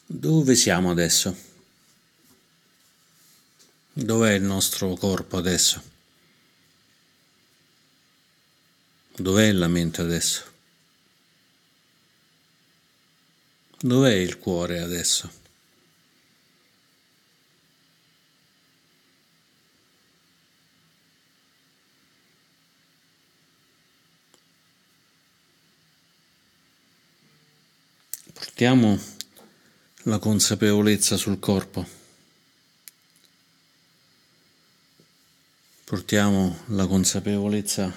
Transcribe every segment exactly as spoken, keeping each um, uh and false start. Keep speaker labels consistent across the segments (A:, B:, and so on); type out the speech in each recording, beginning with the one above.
A: Dove siamo adesso? Dov'è il nostro corpo adesso? Dov'è la mente adesso? Dov'è il cuore adesso? Portiamo la consapevolezza sul corpo. Portiamo la consapevolezza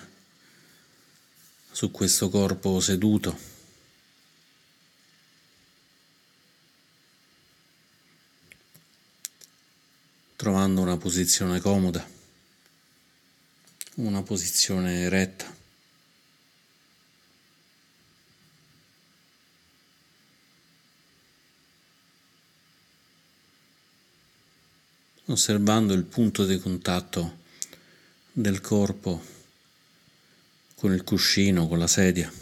A: su questo corpo seduto. Trovando una posizione comoda, una posizione retta. Osservando il punto di contatto del corpo con il cuscino, con la sedia.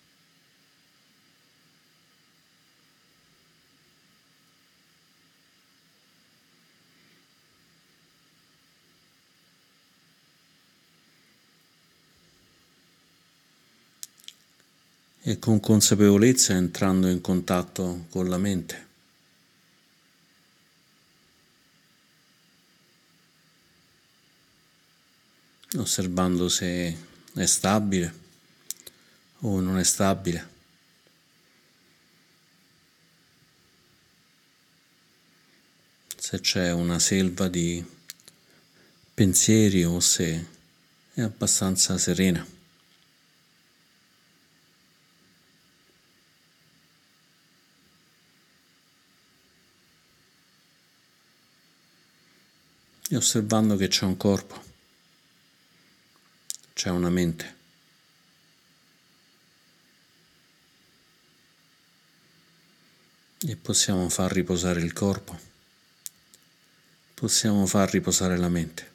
A: E con consapevolezza entrando in contatto con la mente. Osservando se è stabile o non è stabile. Se c'è una selva di pensieri o se è abbastanza serena. E osservando che c'è un corpo, c'è una mente. E possiamo far riposare il corpo, possiamo far riposare la mente.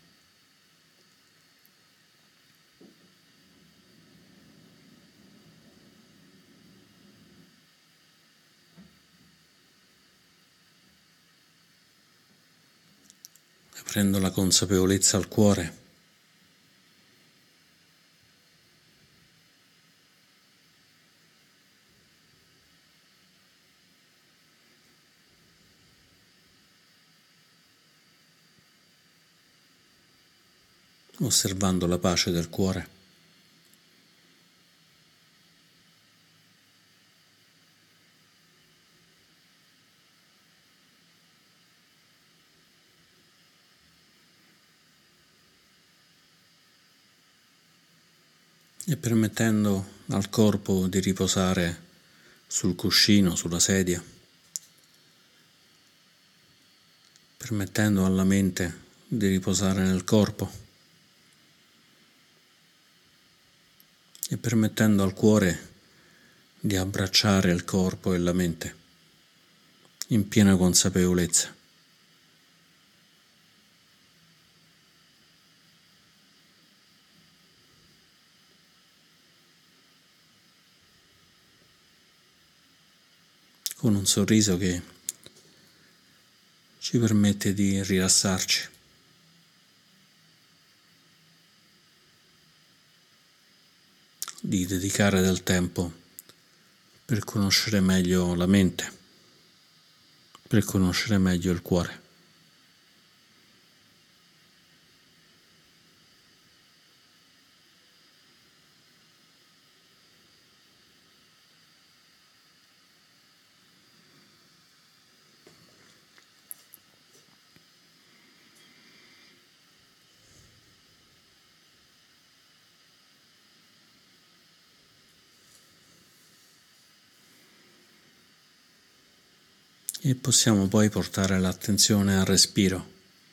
A: E prendo la consapevolezza al cuore. Osservando la pace del cuore. E permettendo al corpo di riposare sul cuscino, sulla sedia, permettendo alla mente di riposare nel corpo e permettendo al cuore di abbracciare il corpo e la mente in piena consapevolezza. Con un sorriso che ci permette di rilassarci. Di dedicare del tempo per conoscere meglio la mente, per conoscere meglio il cuore. E possiamo poi portare l'attenzione al respiro,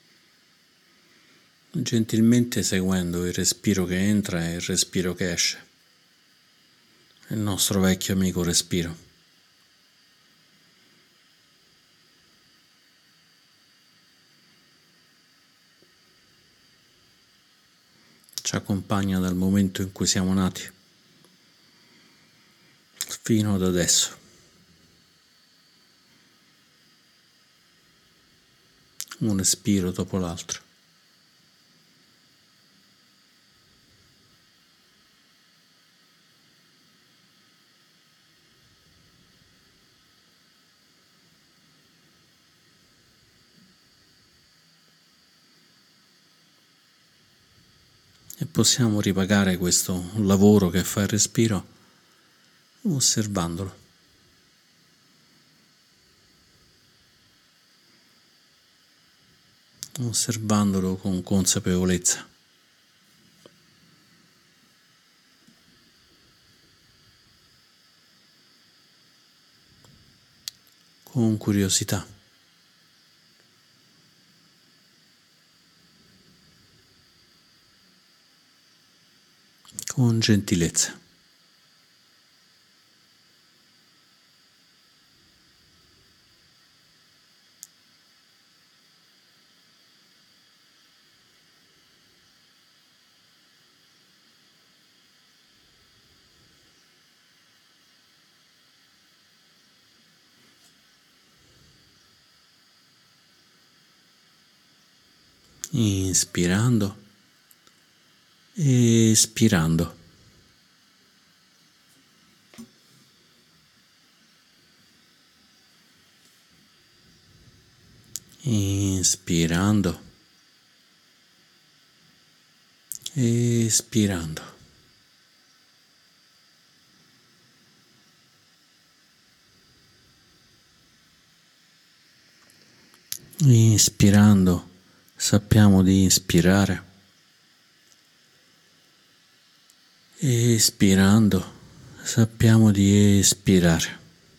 A: gentilmente seguendo il respiro che entra e il respiro che esce, il nostro vecchio amico respiro. Ci accompagna dal momento in cui siamo nati fino ad adesso. un respiro dopo l'altro. E possiamo ripagare questo lavoro che fa il respiro osservandolo. Osservandolo con consapevolezza, con curiosità, con gentilezza. Inspirando e espirando. Inspirando, espirando. Inspirando, sappiamo di inspirare. Espirando, sappiamo di espirare.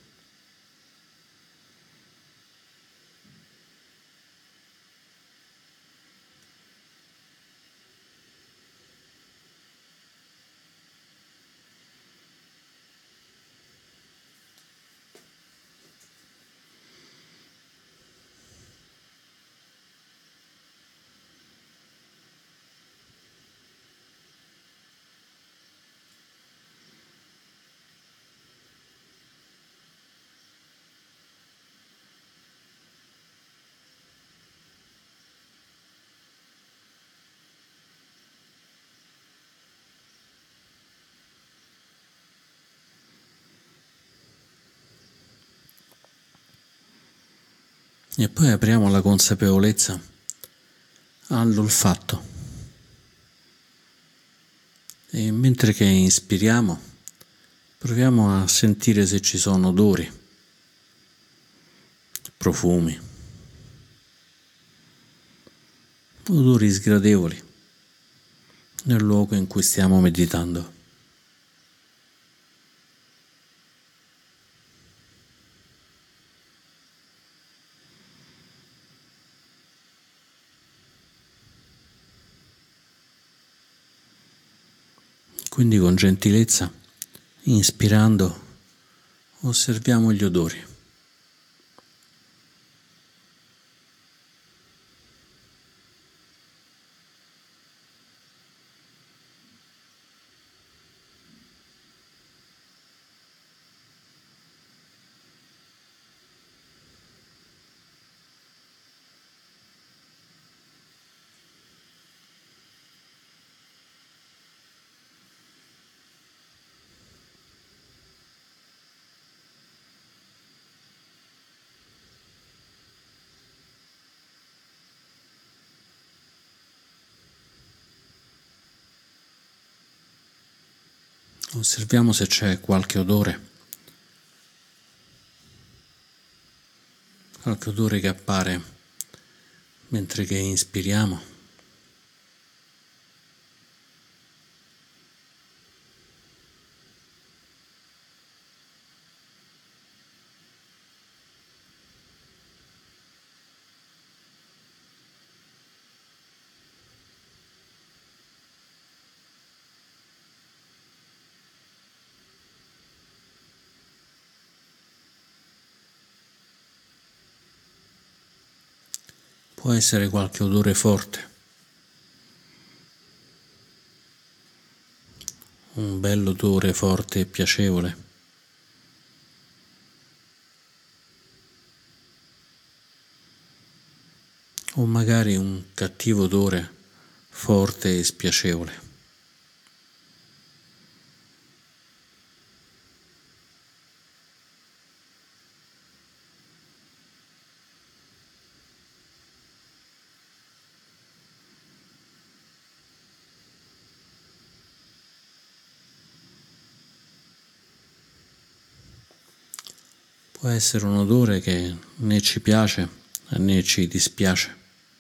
A: E poi apriamo la consapevolezza all'olfatto. E mentre che inspiriamo, proviamo a sentire se ci sono odori, profumi, odori sgradevoli nel luogo in cui stiamo meditando. Quindi con gentilezza, inspirando, osserviamo gli odori. Osserviamo se c'è qualche odore, qualche odore che appare mentre che inspiriamo. Può essere qualche odore forte, un bell'odore forte e piacevole. o magari un cattivo odore forte e spiacevole. Può essere un odore che né ci piace né ci dispiace.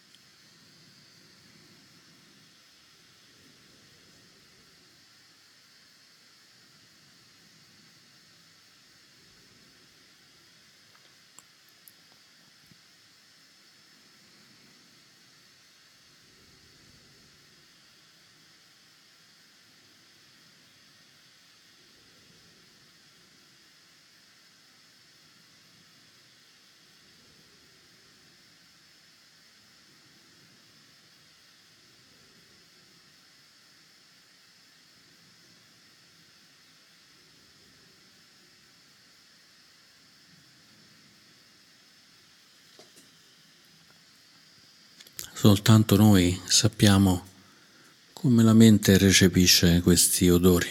A: Soltanto noi sappiamo come la mente recepisce questi odori.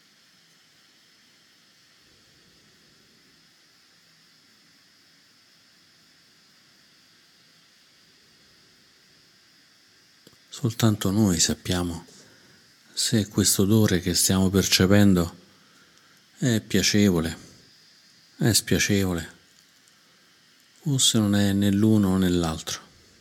A: Soltanto noi sappiamo se questo odore che stiamo percependo è piacevole, è spiacevole, o se non è né l'uno né l'altro.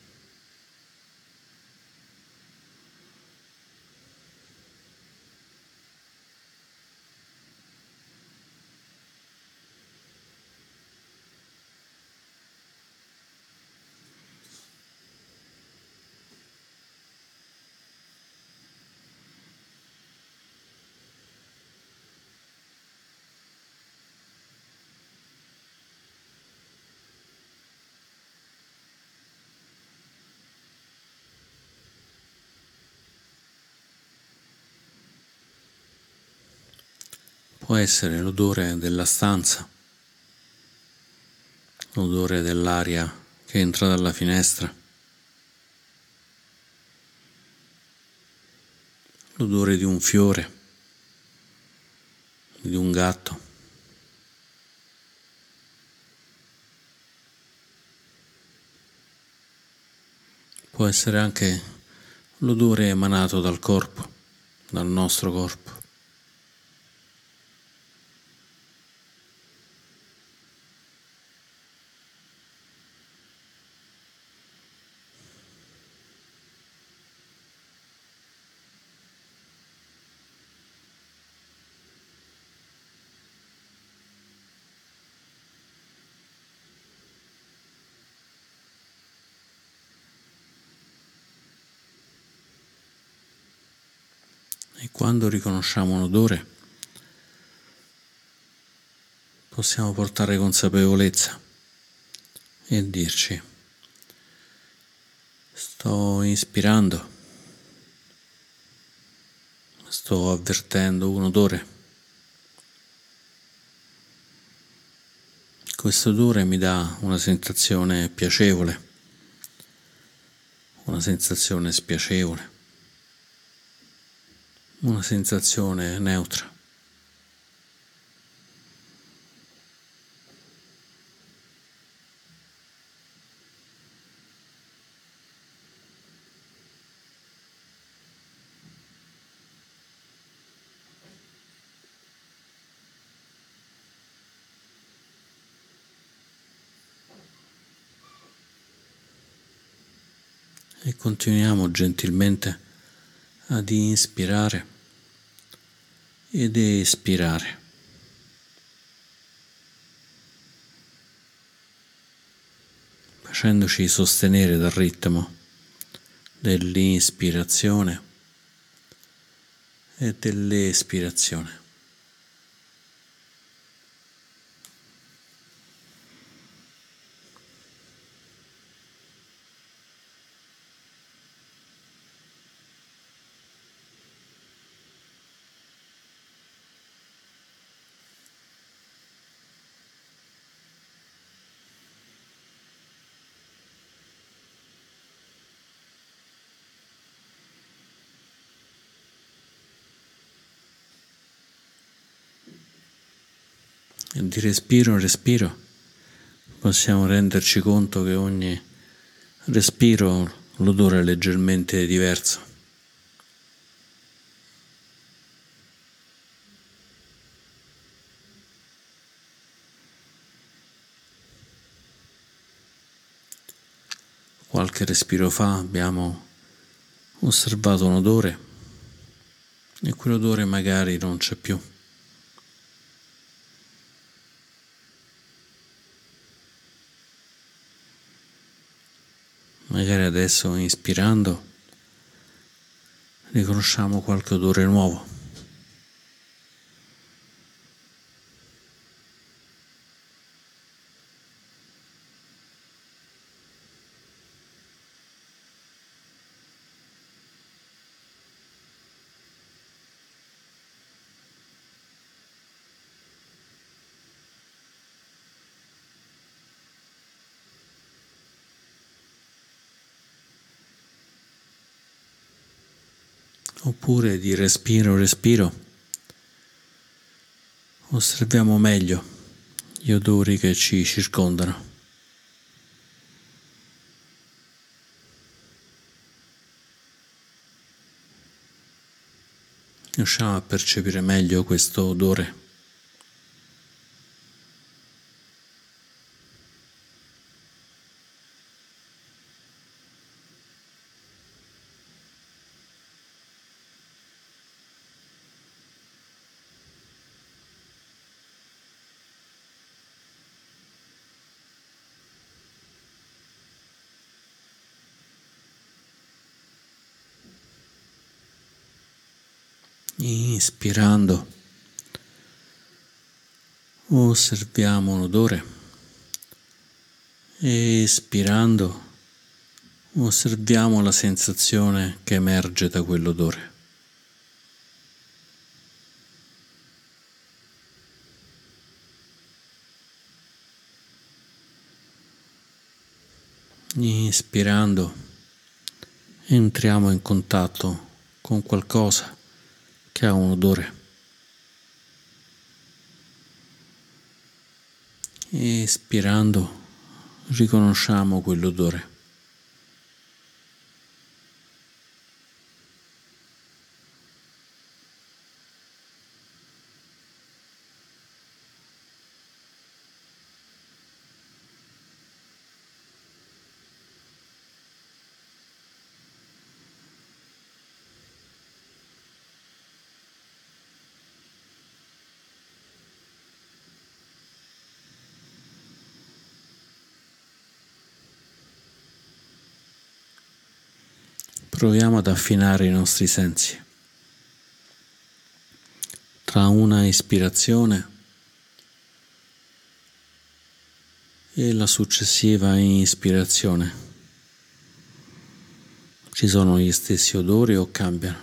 A: Può essere l'odore della stanza, l'odore dell'aria che entra dalla finestra, l'odore di un fiore, di un gatto. Può essere anche l'odore emanato dal corpo, dal nostro corpo. E quando riconosciamo un odore, possiamo portare consapevolezza e dirci: sto ispirando, sto avvertendo un odore. Questo odore mi dà una sensazione piacevole, una sensazione spiacevole, una sensazione neutra. E continuiamo gentilmente ad inspirare ed espirare, facendoci sostenere dal ritmo dell'inspirazione e dell'espirazione. e di respiro in respiro possiamo renderci conto che ogni respiro l'odore è leggermente diverso. Qualche respiro fa abbiamo osservato un odore e quell'odore magari non c'è più. Magari adesso, inspirando, riconosciamo qualche odore nuovo. Oppure di respiro in respiro osserviamo meglio gli odori che ci circondano. Riusciamo a percepire meglio questo odore. Inspirando osserviamo un odore, espirando osserviamo la sensazione che emerge da quell'odore. Inspirando entriamo in contatto con qualcosa che ha un odore. Espirando riconosciamo quell'odore. Proviamo ad affinare i nostri sensi. Tra una ispirazione e la successiva ispirazione ci sono gli stessi odori o cambiano?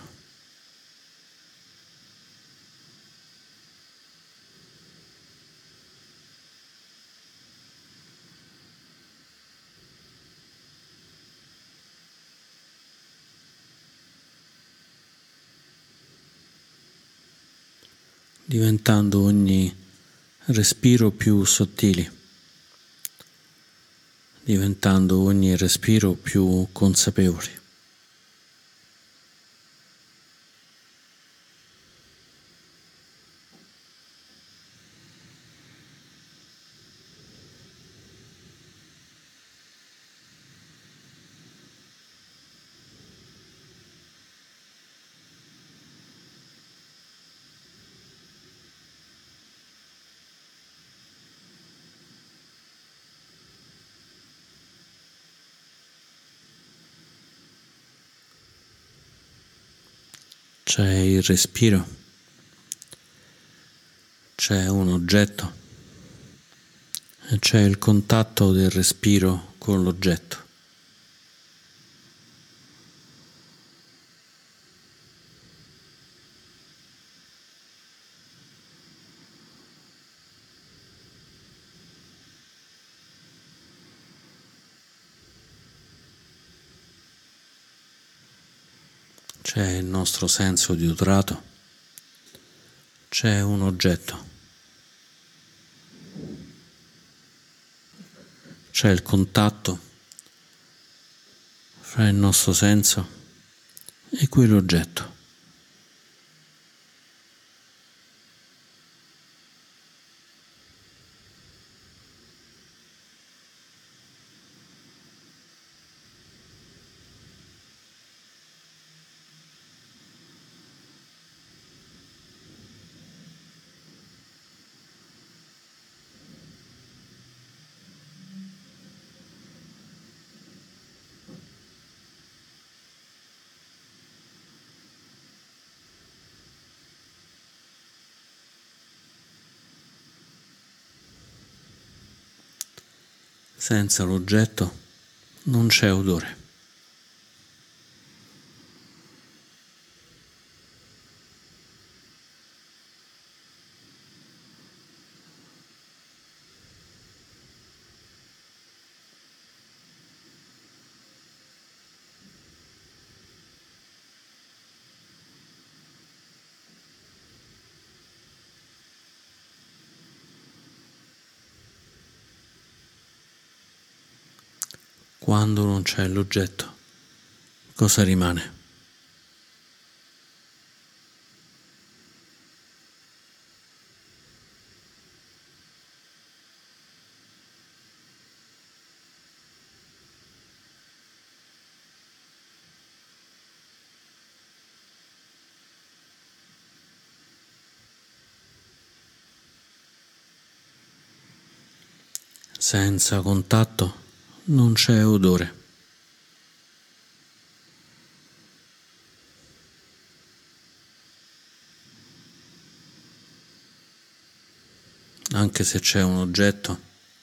A: Diventando ogni respiro più sottili, diventando ogni respiro più consapevoli. C'è il respiro, c'è un oggetto e c'è il contatto del respiro con l'oggetto. C'è il nostro senso di odorato, c'è un oggetto. c'è il contatto fra il nostro senso e quell'oggetto. Senza l'oggetto non c'è odore. Quando non c'è l'oggetto, cosa rimane? Senza contatto non c'è odore. Anche se c'è un oggetto,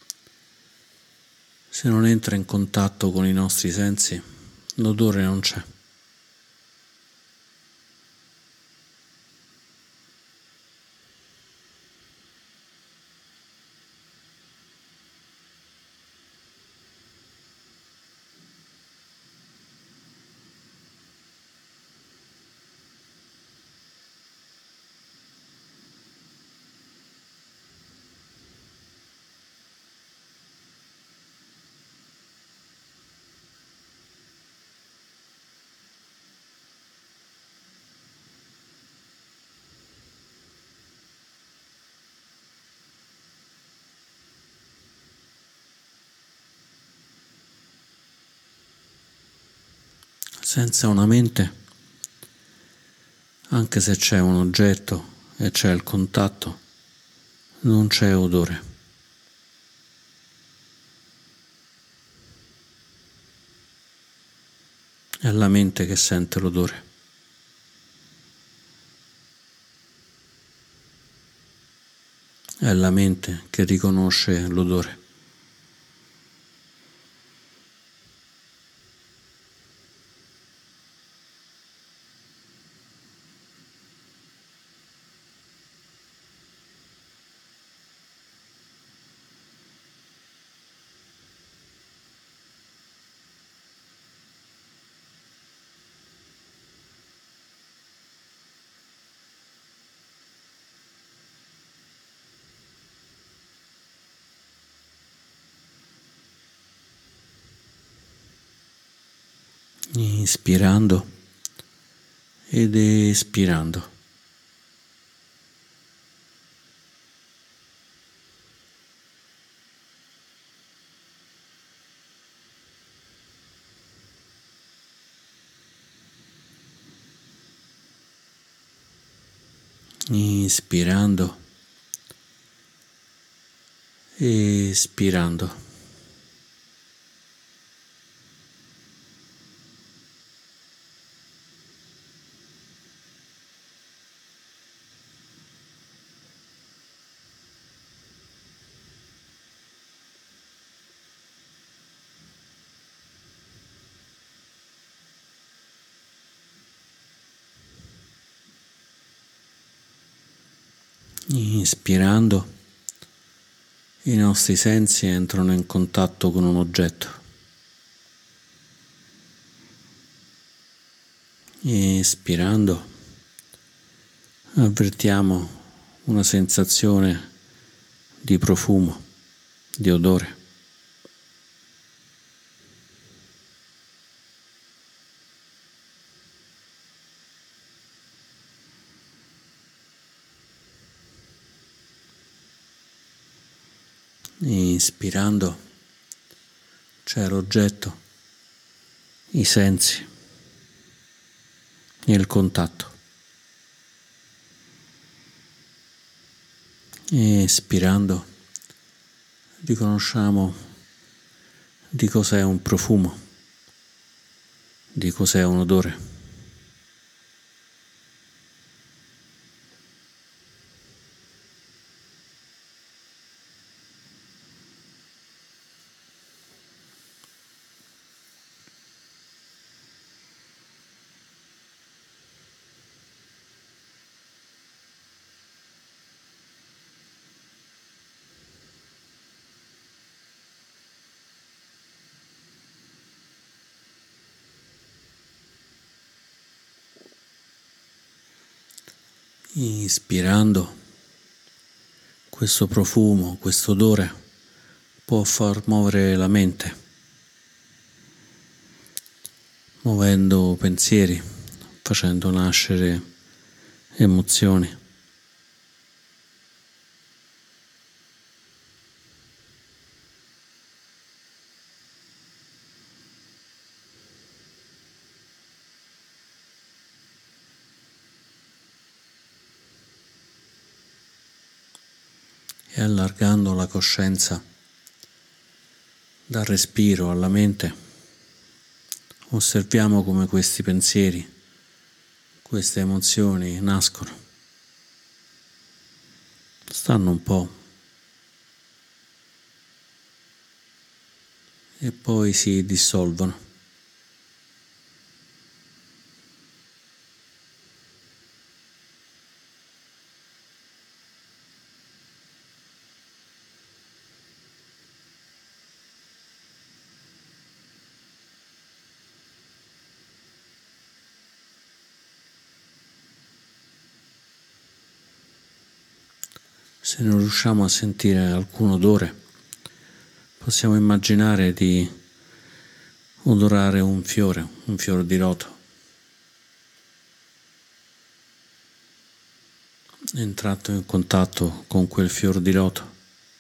A: se non entra in contatto con i nostri sensi, l'odore non c'è. Senza una mente, anche se c'è un oggetto e c'è il contatto, non c'è odore. È la mente che sente l'odore. È la mente che riconosce l'odore. Inspirando ed espirando. Inspirando, espirando. Inspirando, i nostri sensi entrano in contatto con un oggetto. Espirando, avvertiamo una sensazione di profumo, di odore. Inspirando c'è l'oggetto, i sensi e il contatto. Espirando riconosciamo di cos'è un profumo, di cos'è un odore. Inspirando questo profumo, questo odore può far muovere la mente, muovendo pensieri, facendo nascere emozioni. E allargando la coscienza dal respiro alla mente, osserviamo come questi pensieri, queste emozioni nascono, stanno un po' e poi si dissolvono. Se non riusciamo a sentire alcun odore, possiamo immaginare di odorare un fiore, un fiore di loto. Entrato in contatto con quel fior di loto.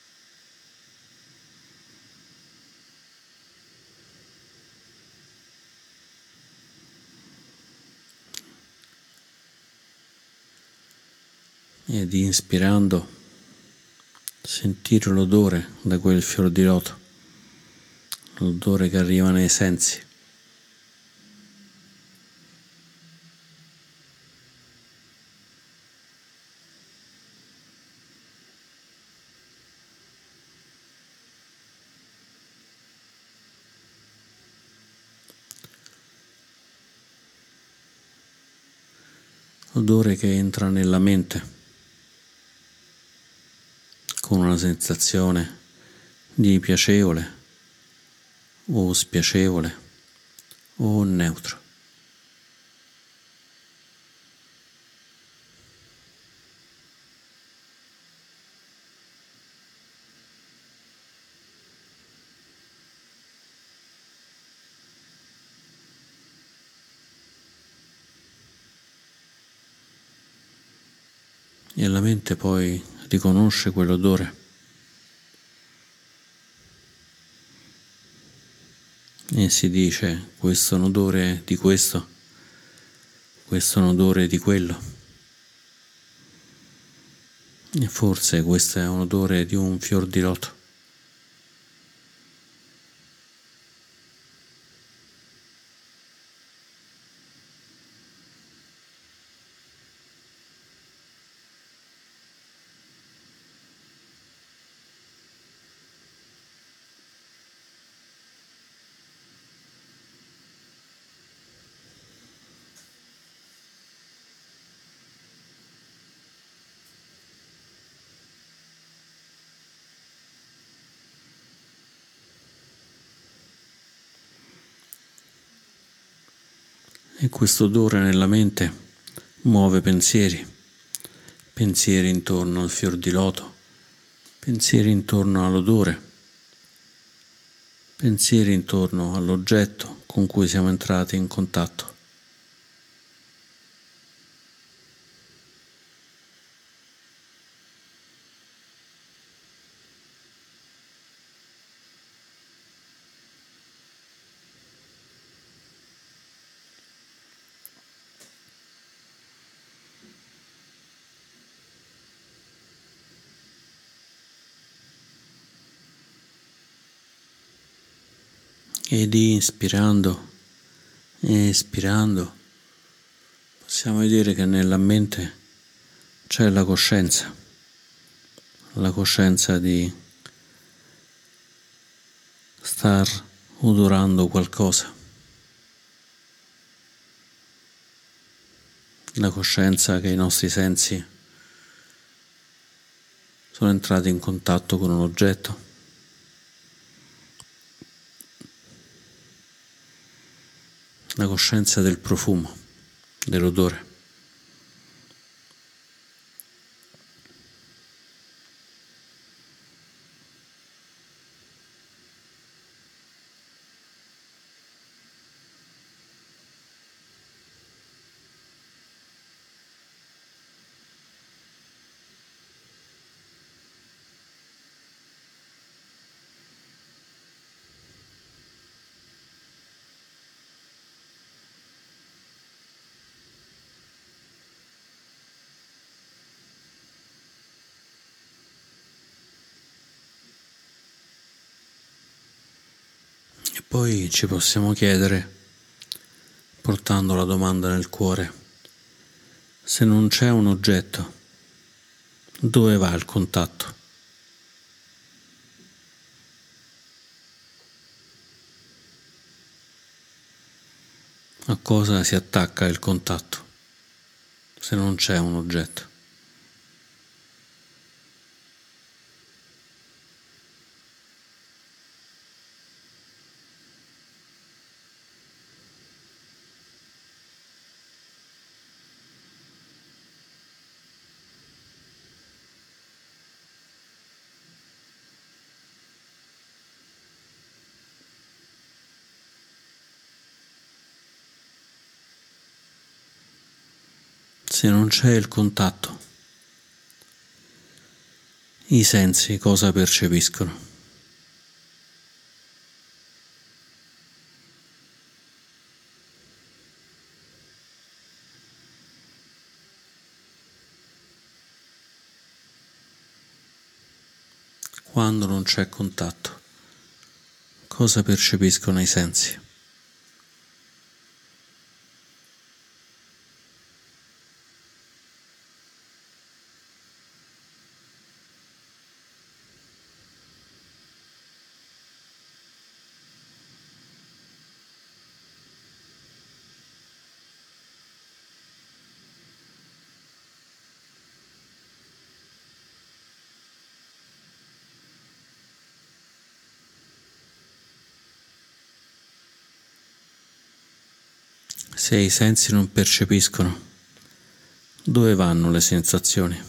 A: Ed inspirando sentire l'odore da quel fior di loto, l'odore che arriva nei sensi. Odore che entra nella mente con una sensazione di piacevole o spiacevole o neutro. E la mente poi riconosce quell'odore e si dice: questo è un odore di questo, questo è un odore di quello, e forse questo è un odore di un fior di loto. E questo odore nella mente muove pensieri, pensieri intorno al fior di loto, pensieri intorno all'odore, pensieri intorno all'oggetto con cui siamo entrati in contatto. ed inspirando e espirando possiamo vedere che nella mente c'è la coscienza, la coscienza di star odorando qualcosa, la coscienza che i nostri sensi sono entrati in contatto con un oggetto, la coscienza del profumo, dell'odore. E poi ci possiamo chiedere, portando la domanda nel cuore, se non c'è un oggetto, dove va il contatto? A cosa si attacca il contatto, se non c'è un oggetto? Se non c'è il contatto, i sensi cosa percepiscono? Quando non c'è contatto, cosa percepiscono i sensi? Se i sensi non percepiscono, dove vanno le sensazioni?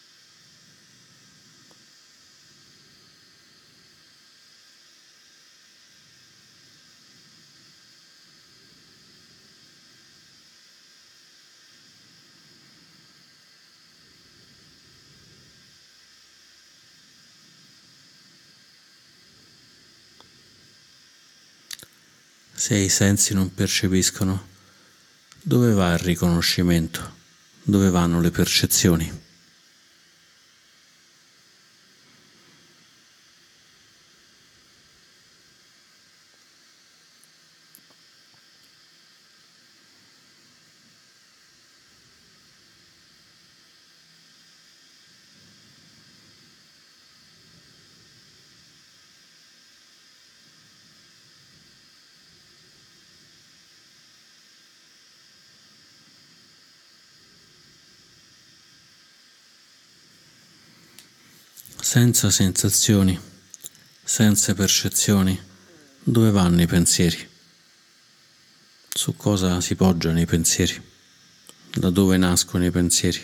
A: Se i sensi non percepiscono, dove va il riconoscimento? Dove vanno le percezioni? Senza sensazioni, senza percezioni, dove vanno i pensieri? Su cosa si poggiano i pensieri? Da dove nascono i pensieri?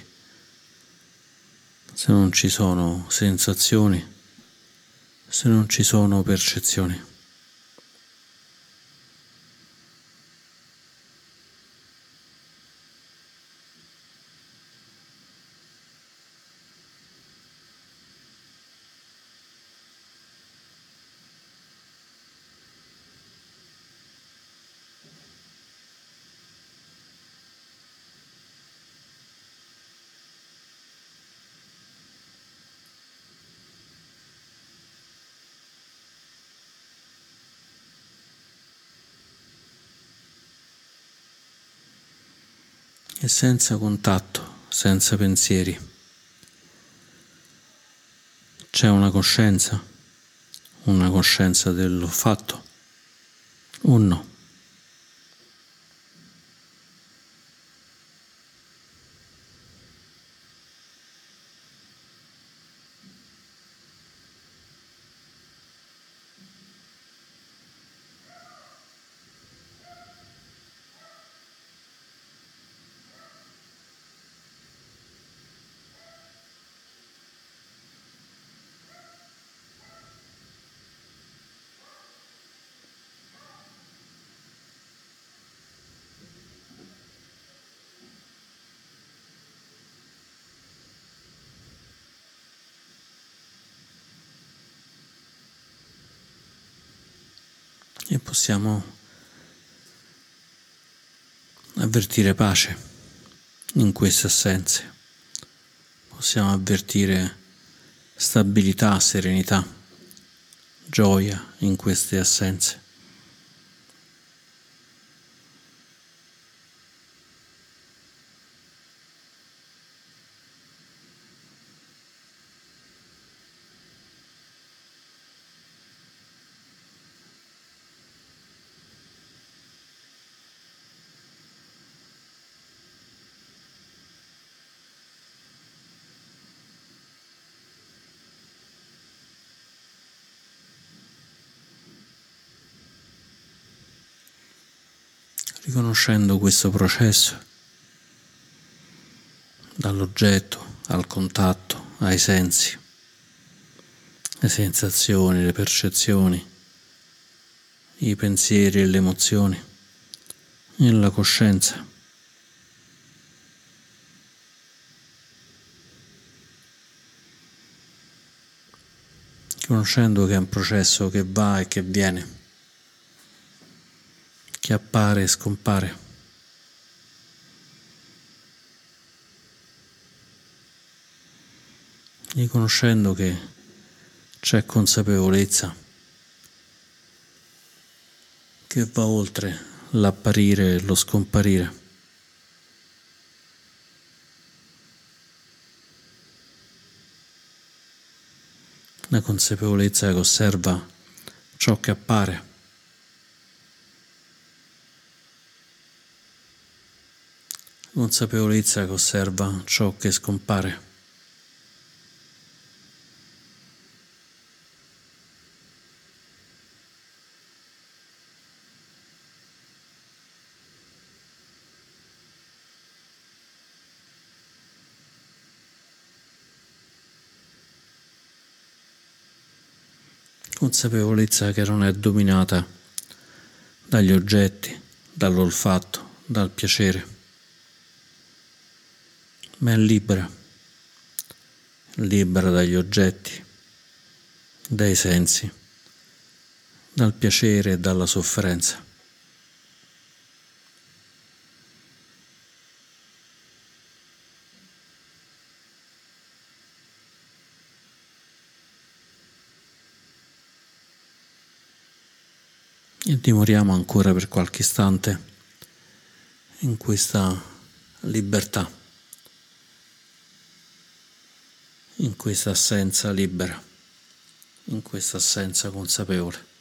A: Se non ci sono sensazioni, se non ci sono percezioni. e senza contatto, senza pensieri. C'è una coscienza, una coscienza dell'olfatto o no? E possiamo avvertire pace in queste assenze, possiamo avvertire stabilità, serenità, gioia in queste assenze. Riconoscendo questo processo dall'oggetto al contatto, ai sensi, le sensazioni, le percezioni, i pensieri e le emozioni, e la coscienza. Riconoscendo che è un processo che va e che viene, che appare e scompare. Riconoscendo che c'è consapevolezza che va oltre l'apparire e lo scomparire. La consapevolezza che osserva ciò che appare. Consapevolezza che osserva ciò che scompare. Consapevolezza che non è dominata dagli oggetti, dall'olfatto, dal piacere, ma è libera, libera dagli oggetti, dai sensi, dal piacere e dalla sofferenza. E dimoriamo ancora per qualche istante in questa libertà, in questa assenza libera, in questa assenza consapevole.